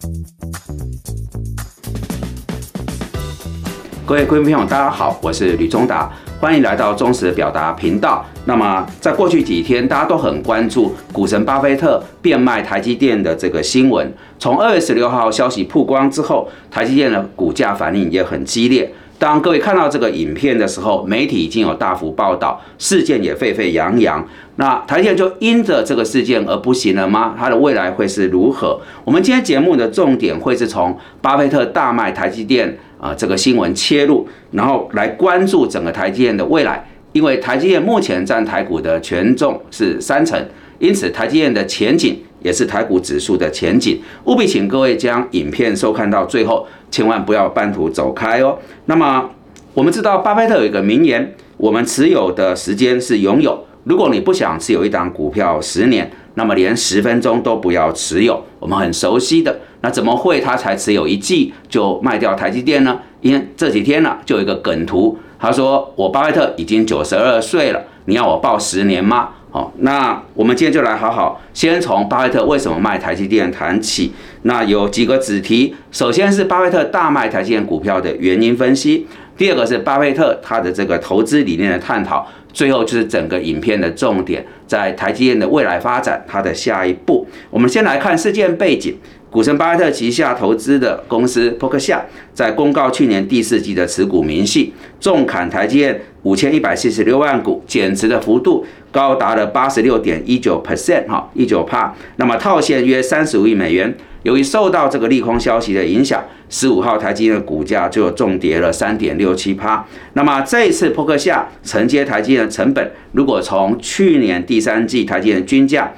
各位观众朋友，大家好，我是吕中达，欢迎来到忠实的表达频道。那么，在过去几天，大家都很关注股神巴菲特变卖台积电的这个新闻。从2月16号消息曝光之后，台积电的股价反应也很激烈。当各位看到这个影片的时候，媒体已经有大幅报道，事件也沸沸扬扬。那台积电就因着这个事件而不行了吗？它的未来会是如何？我们今天节目的重点会是从巴菲特大卖台积电这个新闻切入，然后来关注整个台积电的未来。因为台积电目前占台股的权重是30%，因此台积电的前景也是台股指数的前景。务必请各位将影片收看到最后，千万不要半途走开哦。那么我们知道巴菲特有一个名言，我们持有的时间是拥有。如果你不想持有一档股票10年，那么连10分钟都不要持有。我们很熟悉的，那怎么会他才持有1季就卖掉台积电呢？因为这几天呢，就有一个梗图，他说我巴菲特已经92岁了，你要我抱10年吗？那我们今天就来好好先从巴菲特为什么卖台积电谈起。那有几个子题，首先是巴菲特大卖台积电股票的原因分析，第二个是巴菲特他的这个投资理念的探讨，最后就是整个影片的重点，在台积电的未来发展，它的下一步。我们先来看事件背景。股神巴菲特旗下投资的公司波克夏在公告去年第4季的持股明细，重砍台积电5146万股，减持的幅度高达了86.19%， 19%，那么套现约35亿美元。由于受到这个利空消息的影响，15号台积电的股价就重跌了3.67%。那么这一次波克夏承接台积电的成本，如果从去年第3季台积电的均价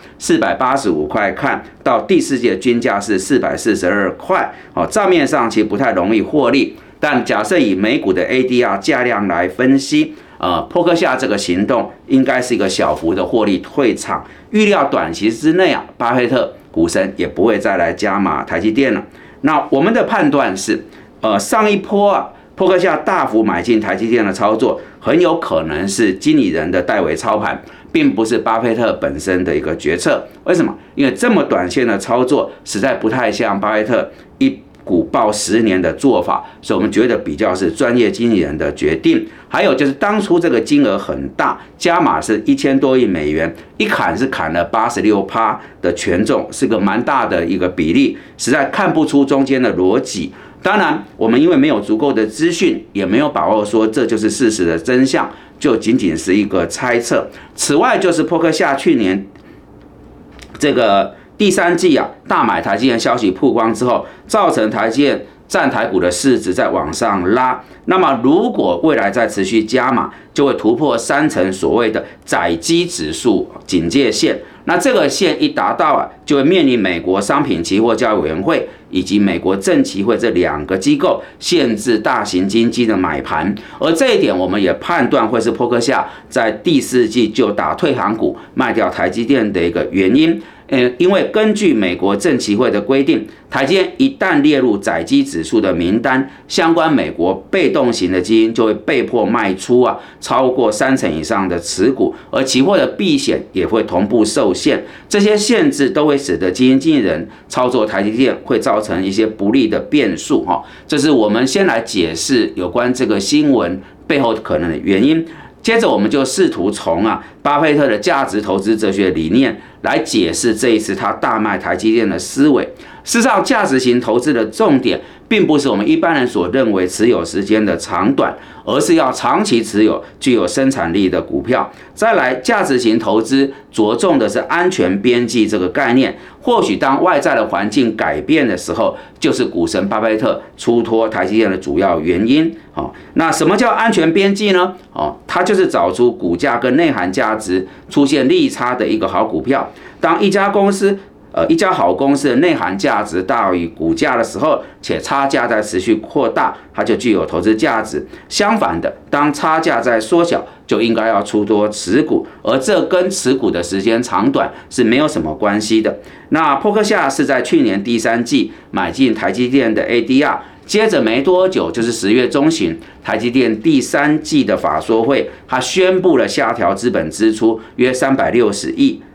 485块看到第4季的均价是442块，账面上其实不太容易获利。但假设以美股的 ADR 价量来分析，波克夏这个行动应该是一个小幅的获利退场，预料短期之内巴菲特股神也不会再来加码台积电了。那我们的判断是，上一波波克夏大幅买进台积电的操作，很有可能是经理人的代为操盘，并不是巴菲特本身的一个决策。为什么？因为这么短线的操作，实在不太像巴菲特一股抱10年的做法，所以我们觉得比较是专业经理人的决定。还有就是当初这个金额很大，加码是1000多亿美元，一砍是砍了86%的权重，是个蛮大的一个比例，实在看不出中间的逻辑。当然，我们因为没有足够的资讯，也没有把握说这就是事实的真相，就仅仅是一个猜测。此外，就是波克夏去年这个第3季大买台积电消息曝光之后，造成台积电占台股的市值在往上拉。那么如果未来再持续加码，就会突破3000所谓的载基指数警戒线。那这个线一达到就会面临美国商品期货交易委员会以及美国证期会这2个机构限制大型基金的买盘。而这一点我们也判断会是波克夏在第4季就打退航股卖掉台积电的一个原因。因为根据美国证期会的规定，台积电一旦列入载基指数的名单，相关美国被动型的基金就会被迫卖出超过30%以上的持股，而期货的避险也会同步受限。这些限制都会使得基金经理人操作台积电会造成一些不利的变数。这是我们先来解释有关这个新闻背后可能的原因。接着我们就试图从巴菲特的价值投资哲学理念来解释这一次他大卖台积电的思维。事实上，价值型投资的重点并不是我们一般人所认为持有时间的长短，而是要长期持有具有生产力的股票。再来，价值型投资着重的是安全边际这个概念。或许当外在的环境改变的时候，就是股神巴菲特出脱台积电的主要原因。那什么叫安全边际呢？它就是找出股价跟内涵价值出现利差的一个好股票。当一家好公司的内涵价值大于股价的时候，且差价在持续扩大，它就具有投资价值。相反的，当差价在缩小，就应该要出多持股，而这跟持股的时间长短是没有什么关系的。那波克夏是在去年第3季买进台积电的 ADR， 接着没多久就是10月中旬，台积电第3季的法说会，它宣布了下调资本支出约360亿。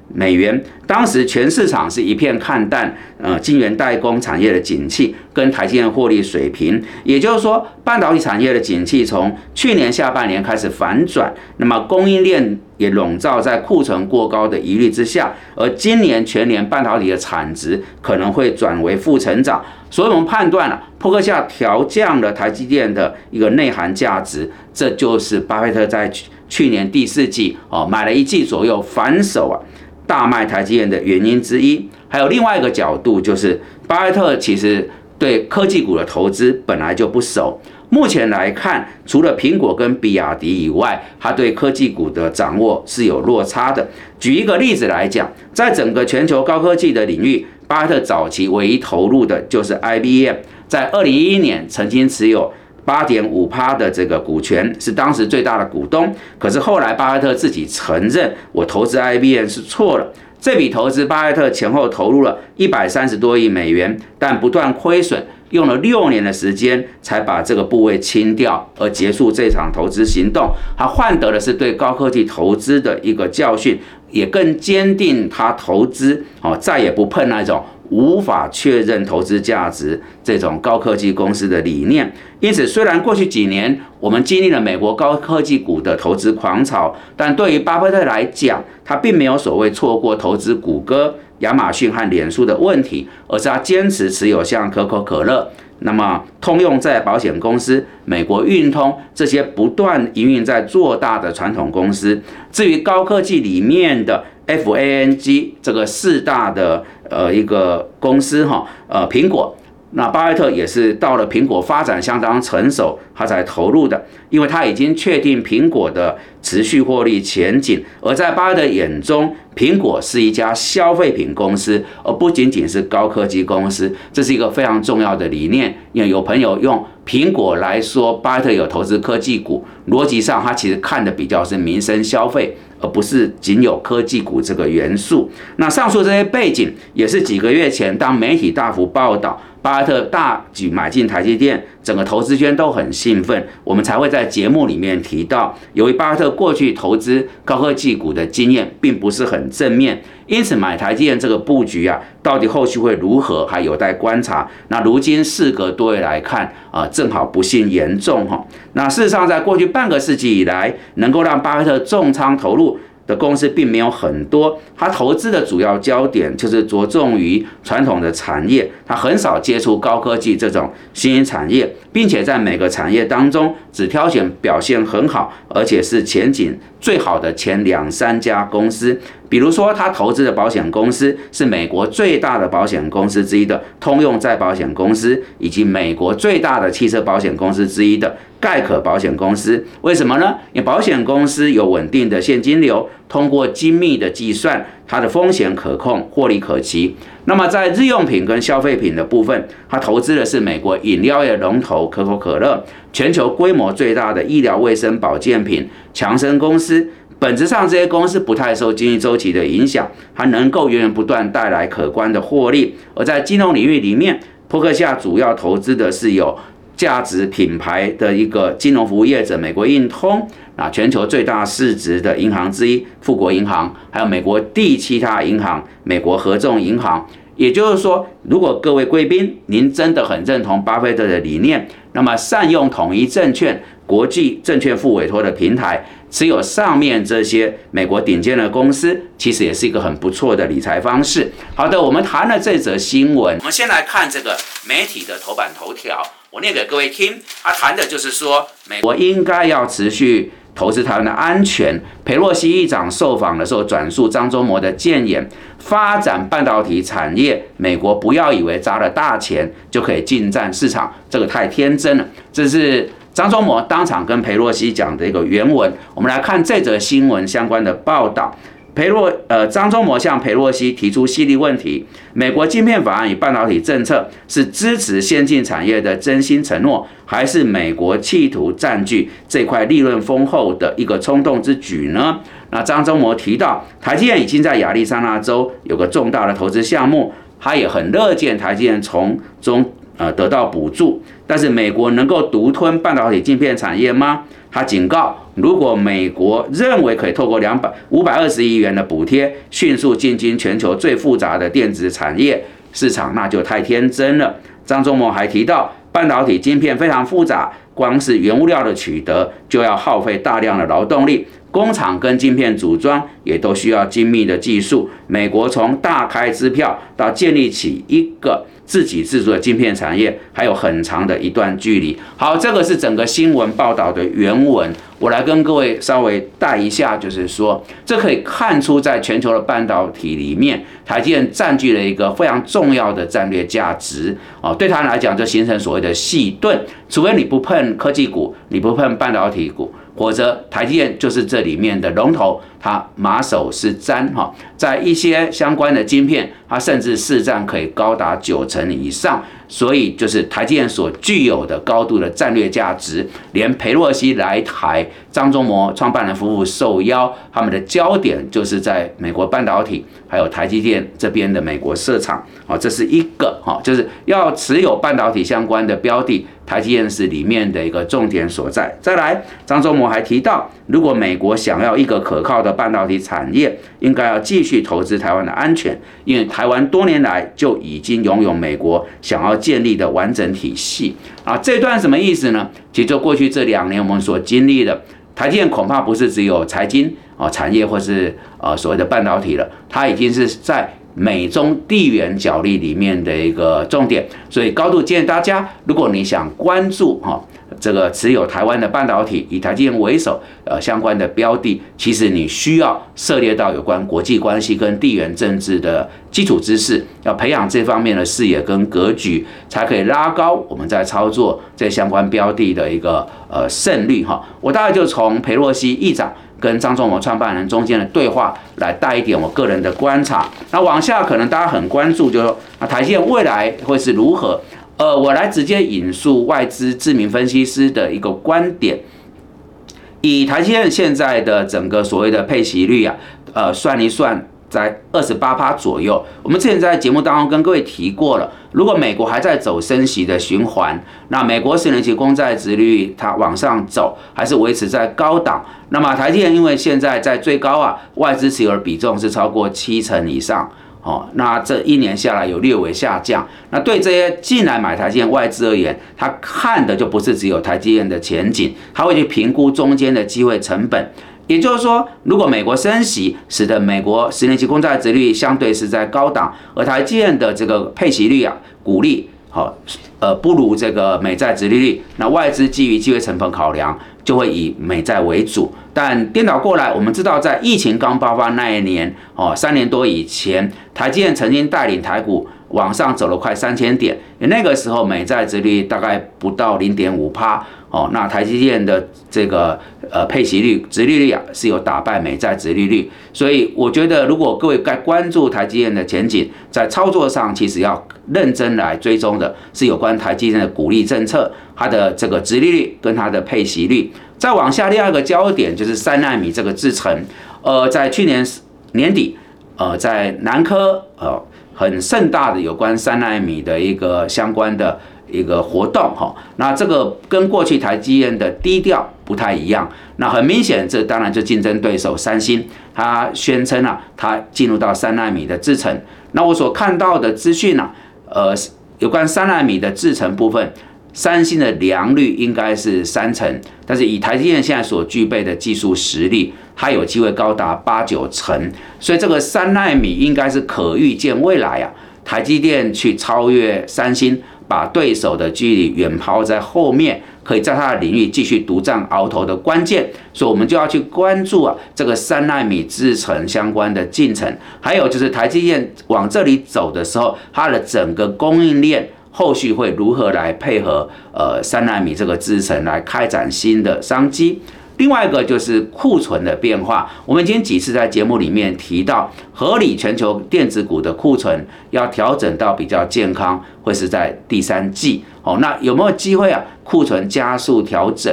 美元。当时全市场是一片看淡，晶圆代工产业的景气跟台积电获利水平，也就是说，半导体产业的景气从去年下半年开始反转，那么供应链也笼罩在库存过高的疑虑之下，而今年全年半导体的产值可能会转为负成长，所以我们判断了，波克夏调降了台积电的一个内涵价值，这就是巴菲特在去年第4季买了1季左右反手大卖台积电的原因之一。还有另外一个角度，就是巴菲特其实对科技股的投资本来就不熟。目前来看，除了苹果跟比亚迪以外，他对科技股的掌握是有落差的。举一个例子来讲，在整个全球高科技的领域，巴菲特早期唯一投入的就是 IBM， 在2011年曾经持有8.5% 的这个股权，是当时最大的股东。可是后来巴菲特自己承认，我投资 IBM 是错了。这笔投资，巴菲特前后投入了130多亿美元，但不断亏损，用了6年的时间才把这个部位清掉，而结束这场投资行动。他换得的是对高科技投资的一个教训，也更坚定他投资再也不碰那种无法确认投资价值这种高科技公司的理念。因此，虽然过去几年我们经历了美国高科技股的投资狂潮，但对于巴菲特来讲，他并没有所谓错过投资谷歌、亚马逊和脸书的问题，而是他坚持持有像可口可乐、那么通用在保险公司、美国运通这些不断营运在做大的传统公司。至于高科技里面的 FANG 这个4大的一个公司苹果，那巴菲特也是到了苹果发展相当成熟，他才投入的，因为他已经确定苹果的持续获利前景。而在巴菲特眼中，苹果是一家消费品公司，而不仅仅是高科技公司，这是一个非常重要的理念。因为有朋友用苹果来说，巴菲特有投资科技股，逻辑上他其实看的比较是民生消费，而不是仅有科技股这个元素。那上述这些背景，也是几个月前当媒体大幅报道巴菲特大举买进台积电，整个投资圈都很兴奋，我们才会在节目里面提到，由于巴菲特过去投资高科技股的经验并不是很正面，因此买台积电这个布局到底后续会如何，还有待观察。那如今事隔多月来看正好不幸严重那事实上，在过去半个世纪以来，能够让巴菲特重仓投入的公司并没有很多，他投资的主要焦点就是着重于传统的产业，他很少接触高科技这种新兴产业，并且在每个产业当中只挑选表现很好，而且是前景最好的前2-3家公司。比如说，他投资的保险公司是美国最大的保险公司之一的通用再保险公司，以及美国最大的汽车保险公司之一的盖可保险公司。为什么呢？因为保险公司有稳定的现金流，通过精密的计算，它的风险可控，获利可期。那么在日用品跟消费品的部分，他投资的是美国饮料业龙头可口可乐，全球规模最大的医疗卫生保健品强生公司。本质上，这些公司不太受经济周期的影响，它能够源源不断带来可观的获利。而在金融领域里面，波克夏主要投资的是有价值品牌的一个金融服务业者美国运通，全球最大市值的银行之一富国银行，还有美国第7大银行美国合众银行。也就是说，如果各位贵宾您真的很认同巴菲特的理念，那么善用统一证券国际证券副委托的平台，持有上面这些美国顶尖的公司，其实也是一个很不错的理财方式。好的，我们谈了这则新闻，我们先来看这个媒体的头版头条，我念给各位听。他谈的就是说，美国应该要持续投资台湾的安全。裴洛西议长受访的时候转述张忠谋的建言，发展半导体产业，美国不要以为砸了大钱就可以进占市场，这个太天真了。这是张忠谋当场跟裴洛西讲的一个原文。我们来看这则新闻相关的报道。张忠谋向裴洛西提出犀利问题：美国晶片法案与半导体政策是支持先进产业的真心承诺，还是美国企图占据这块利润丰厚的一个冲动之举呢？那张忠谋提到，台积电已经在亚利桑那州有个重大的投资项目，他也很乐见台积电从中得到补助，但是美国能够独吞半导体晶片产业吗？他警告， 如果美国认为可以透过520亿元的补贴，迅速进军全球最复杂的电子产业市场，那就太天真了。张忠谋还提到，半导体晶片非常复杂，光是原物料的取得就要耗费大量的劳动力，工厂跟晶片组装也都需要精密的技术。美国从大开支票到建立起一个自给自足的晶片产业，还有很长的一段距离。好，这个是整个新闻报道的原文，我来跟各位稍微带一下，就是说，这可以看出在全球的半导体里面，台积电占据了一个非常重要的战略价值哦。对他来讲，就形成所谓的细盾，除非你不碰科技股，你不碰半导体股，否则台积电就是这里面的龙头，它马首是瞻哈。在一些相关的晶片，它甚至市占可以高达90%以上，所以就是台积电所具有的高度的战略价值。连裴洛西来台，张忠谋创办人夫妇受邀，他们的焦点就是在美国半导体，还有台积电这边的美国设厂。好，这是一个哈，就是要持有半导体相关的标的，台积电是里面的一个重点所在。再来，张忠谋还提到，如果美国想要一个可靠的半导体产业，应该要继续投资台湾的安全，因为台湾多年来就已经拥有美国想要建立的完整体系啊。这段什么意思呢？其实就过去这2年我们所经历的，台积电恐怕不是只有财经产业或是所谓的半导体了，它已经是在美中地缘角力里面的一个重点，所以高度建议大家，如果你想关注这个持有台湾的半导体，以台积电为首相关的标的，其实你需要涉猎到有关国际关系跟地缘政治的基础知识，要培养这方面的视野跟格局，才可以拉高我们在操作这相关标的的一个胜率哈。我大概就从裴洛西议长跟张忠谋创办人中间的对话来带一点我个人的观察。那往下可能大家很关注，就是说台积电未来会是如何？我来直接引述外资知名分析师的一个观点，以台积电现在的整个所谓的配息率算一算，在28%左右。我们之前在节目当中跟各位提过了，如果美国还在走升息的循环，那美国10年期公债殖利率它往上走，还是维持在高档。那么台积电因为现在在最高外资持有的比重是超过70%以上。那这1年下来有略微下降。那对这些进来买台积电外资而言，他看的就不是只有台积电的前景，他会去评估中间的机会成本。也就是说，如果美国升息，使得美国10年期公债殖利率相对是在高档，而台积电的这个配息率股利不如这个美债殖利率，那外资基于机会成本考量，就会以美债为主。但颠倒过来，我们知道在疫情刚爆发那一年，3年多以前，台积电曾经带领台股往上走了快3000点，那个时候美债殖利率大概不到0.5%。那台积电的这个配息率、殖利率是有打败美债殖利率，所以我觉得如果各位该关注台积电的前景，在操作上其实要认真来追踪的是有关台积电的股利政策，它的这个殖利率跟它的配息率。再往下，另外一个焦点就是3奈米这个制程，在去年年底，在南科很盛大的有关3奈米的一个相关的一个活动那这个跟过去台积电的低调不太一样。那很明显，这当然就竞争对手三星，他宣称他进入到3奈米的制程。那我所看到的资讯有关3奈米的制程部分，三星的良率应该是30%，但是以台积电现在所具备的技术实力，它有机会高达8-9%，所以这个3奈米应该是可预见未来台积电去超越三星，把对手的距离远抛在后面，可以在它的领域继续独占鳌头的关键。所以我们就要去关注这个3奈米制程相关的进程，还有就是台积电往这里走的时候，它的整个供应链后续会如何来配合3奈米这个制程来开展新的商机。另外一个就是库存的变化，我们已经几次在节目里面提到，合理全球电子股的库存要调整到比较健康，会是在第3季。那有没有机会库存加速调整？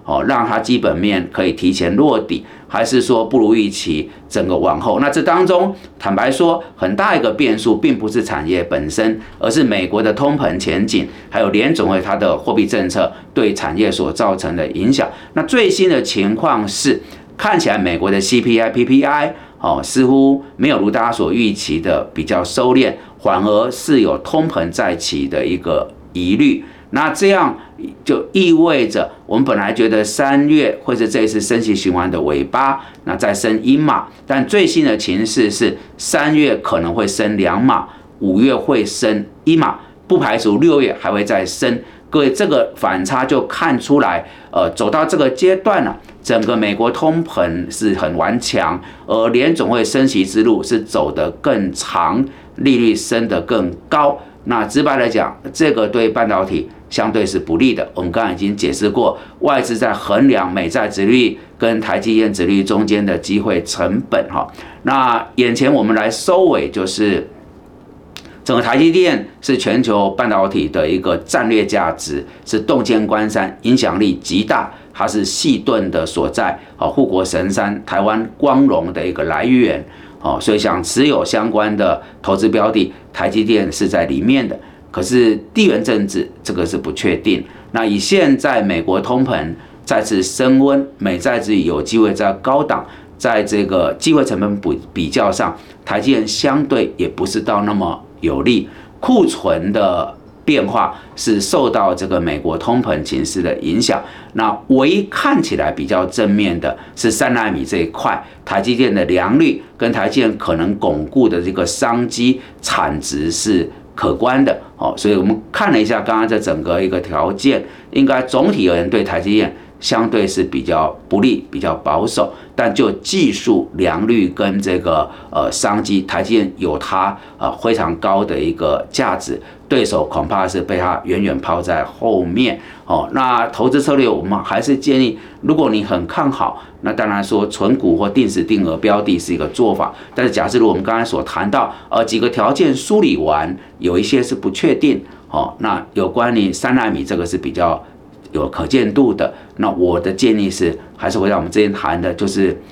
让它基本面可以提前落底，还是说不如预期整个往后？那这当中坦白说，很大一个变数并不是产业本身，而是美国的通膨前景，还有联总会它的货币政策对产业所造成的影响。那最新的情况是，看起来美国的 CPI、PPI 似乎没有如大家所预期的比较收敛，反而是有通膨再起的一个疑虑。那这样就意味着，我们本来觉得3月会是这一次升息循环的尾巴，那再升1码，但最新的情势是3月可能会升2码，5月会升1码，不排除6月还会再升。各位，这个反差就看出来，走到这个阶段了，整个美国通膨是很顽强，而联总会升息之路是走得更长，利率升得更高。那直白来讲，这个对半导体相对是不利的。我们刚才已经解释过，外资在衡量美债殖利率跟台积电殖利率中间的机会成本哈。那眼前我们来收尾，就是整个台积电是全球半导体的一个战略价值，是洞见关山，影响力极大，它是细盾的所在，护国神山，台湾光荣的一个来源。所以想持有相关的投资标的，台积电是在里面的。可是地缘政治这个是不确定。那以现在美国通膨再次升温，美债殖利率有机会在高档，在这个机会成本比较上，台积电相对也不是到那么有利。库存的变化是受到这个美国通膨情势的影响。那唯一看起来比较正面的是3奈米这一块，台积电的良率跟台积电可能巩固的这个商机产值是可观的。所以我们看了一下刚刚这整个一个条件，应该总体而言对台积电相对是比较不利、比较保守，但就技术良率跟这个商机，台积电有它非常高的一个价值，对手恐怕是被它远远抛在后面。那投资策略我们还是建议，如果你很看好，那当然说存股或定时定额标的是一个做法。但是假设如我们刚才所谈到几个条件梳理完，有一些是不确定，那有关于3奈米这个是比较有可见度的。那我的建议是，还是回到我们之前谈的，就是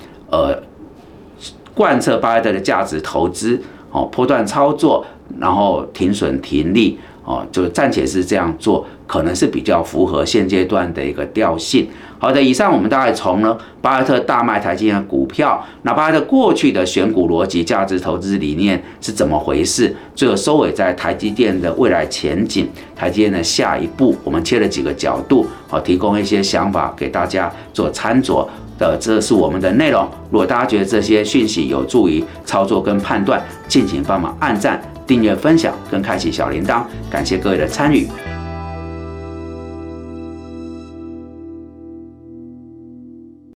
贯彻巴菲特的价值投资，波段操作，然后停损停利，就暂且是这样做，可能是比较符合现阶段的一个调性。好的，以上我们大概从呢巴菲特大卖台积电的股票，那巴菲特过去的选股逻辑、价值投资理念是怎么回事？最后收尾在台积电的未来前景，台积电的下一步，我们切了几个角度，提供一些想法给大家做参酌的，这是我们的内容。如果大家觉得这些讯息有助于操作跟判断，敬请帮忙按赞、订阅、分享跟开启小铃铛，感谢各位的参与。